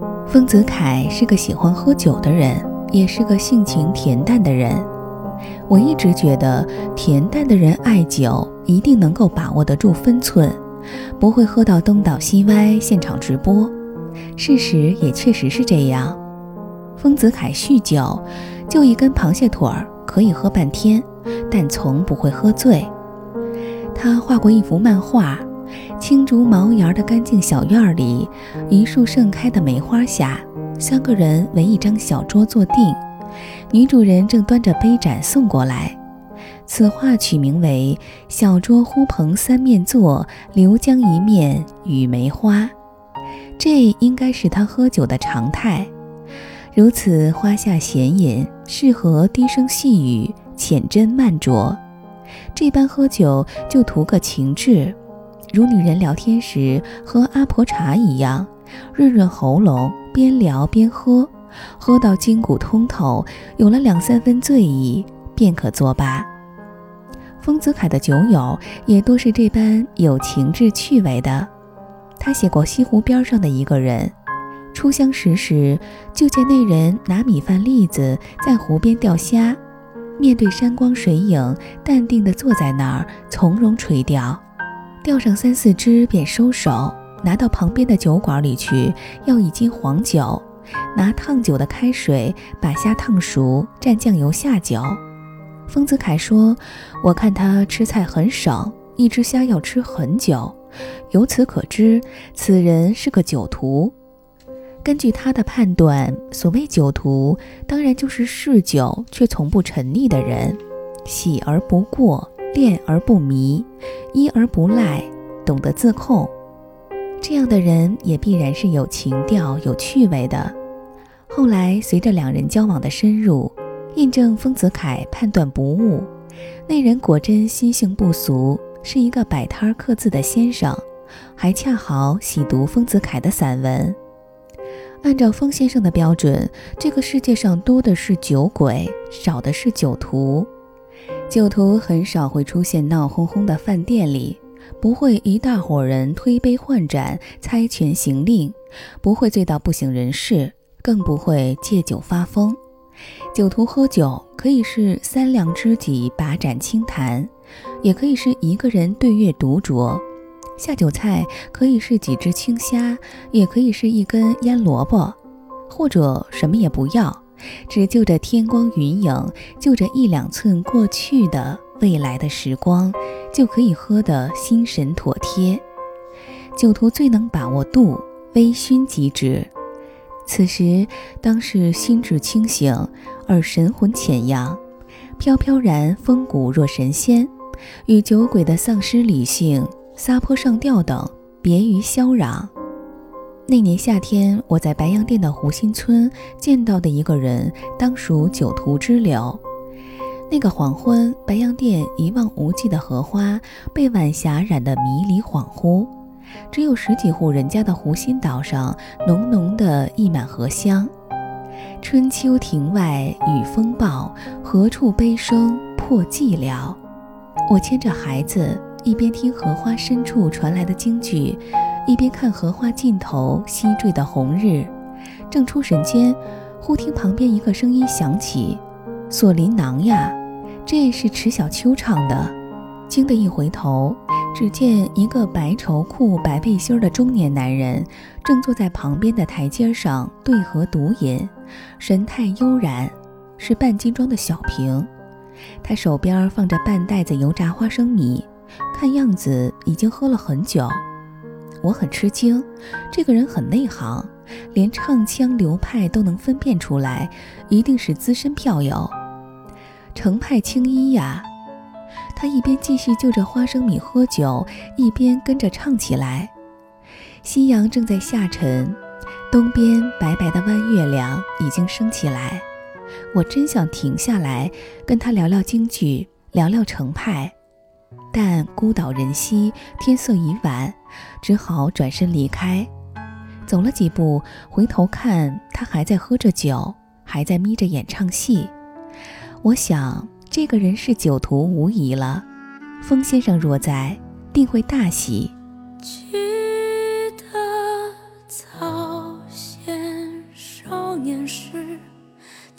丰子恺是个喜欢喝酒的人，也是个性情恬淡的人。我一直觉得恬淡的人爱酒一定能够把握得住分寸，不会喝到东倒西歪，现场直播。事实也确实是这样。丰子恺酗酒，就一根螃蟹腿儿可以喝半天，但从不会喝醉。他画过一幅漫画，青竹茅檐的干净小院里，一树盛开的梅花下，3个人围一张小桌坐定，女主人正端着杯盏送过来。此画取名为小桌呼朋三面坐，流江一面雨梅花。这应该是他喝酒的常态。如此花下闲饮，适合低声细语，浅斟慢酌。这般喝酒就图个情致，如女人聊天时喝阿婆茶一样，润润喉咙，边聊边喝，喝到筋骨通透，有了2-3分醉意，便可作罢。丰子恺的酒友也多是这般有情致趣味的。他写过西湖边上的一个人，初相识时，就见那人拿米饭粒子在湖边钓虾，面对山光水影，淡定地坐在那儿，从容垂钓。钓上3-4只便收手，拿到旁边的酒馆里去，要1斤黄酒，拿烫酒的开水把虾烫熟，蘸酱油下酒。丰子恺说，我看他吃菜很省，一只虾要吃很久，由此可知此人是个酒徒。根据他的判断，所谓酒徒当然就是嗜酒却从不沉溺的人，喜而不过，恋而不迷，依而不赖，懂得自控。这样的人也必然是有情调有趣味的。后来随着2人交往的深入，印证丰子恺判断不误，那人果真心性不俗，是一个摆摊刻字的先生，还恰好喜读丰子恺的散文。按照丰先生的标准，这个世界上多的是酒鬼，少的是酒徒。酒徒很少会出现闹哄哄的饭店里，不会一大伙人推杯换盏，猜拳行令，不会醉到不省人事，更不会借酒发疯。酒徒喝酒可以是3两知己把盏轻谈，也可以是一个人对月独酌。下酒菜可以是几只青虾，也可以是一根腌萝卜，或者什么也不要，只就着天光云影，就着1-2寸过去的未来的时光，就可以喝得心神妥帖。酒徒最能把握度，微醺即止。此时当是心智清醒，而神魂潜扬，飘飘然风骨若神仙，与酒鬼的丧失理性、撒泼上吊等别于萧嚷。那年夏天，我在白洋淀的湖心村见到的一个人，当属酒徒之流。那个黄昏，白洋淀一望无际的荷花被晚霞染得迷离恍惚，只有10几户人家的湖心岛上浓浓的溢满荷香。春秋庭外雨风暴，何处悲声破寂寥。我牵着孩子，一边听荷花深处传来的京剧，一边看荷花尽头西坠的红日。正出神间，忽听旁边一个声音响起，锁麟囊呀，这是迟小秋唱的。惊得一回头，只见一个白绸裤白背心的中年男人正坐在旁边的台阶上对荷独饮，神态悠然，是半斤装的小瓶。他手边放着半袋子油炸花生米，看样子已经喝了很久。我很吃惊，这个人很内行，连唱腔流派都能分辨出来，一定是资深票友。程派青衣呀。他一边继续就着花生米喝酒，一边跟着唱起来。夕阳正在下沉，东边白白的弯月亮已经升起来。我真想停下来跟他聊聊京剧，聊聊程派，但孤岛人稀，天色已晚，只好转身离开。走了几步，回头看他还在喝着酒，还在眯着眼唱戏。我想这个人是酒徒无疑了，丰先生若在，定会大喜。 去的早先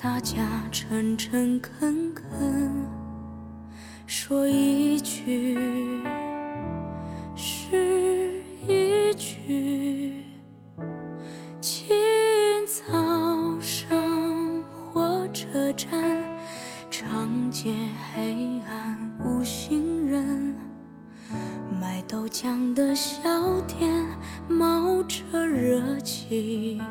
大家诚诚恳恳，说一句是一句。清早上火车站，长街黑暗无行人，卖豆浆的小店冒着热气。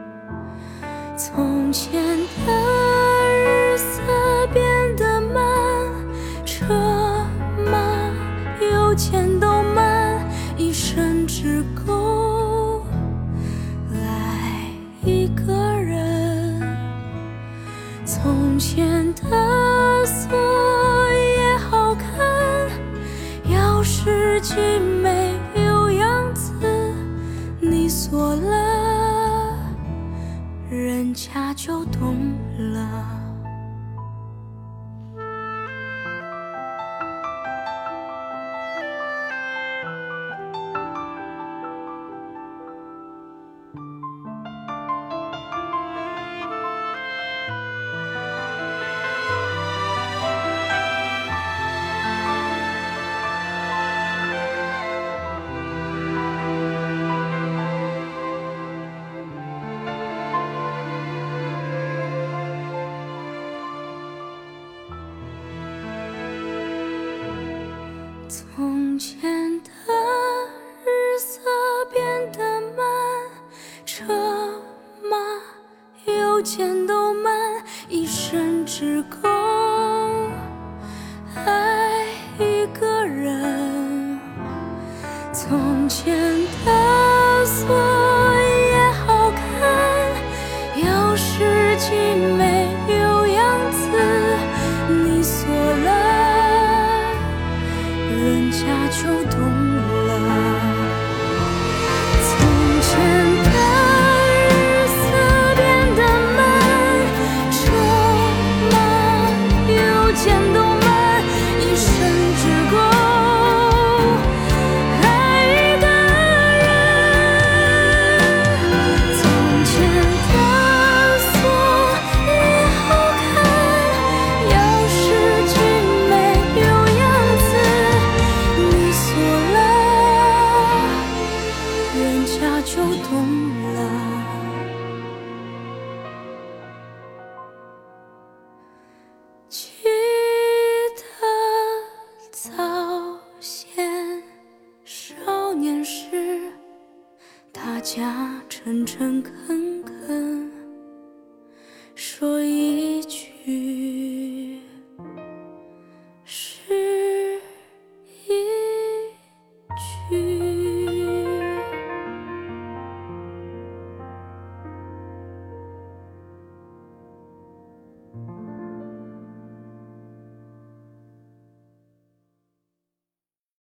从前的日色变得慢，车马邮件都慢，一生只够爱一个人。从前的锁也好看，钥匙既没有样子，你锁了，人家就懂了。从前的日色变得慢，车马邮件都慢，一生只够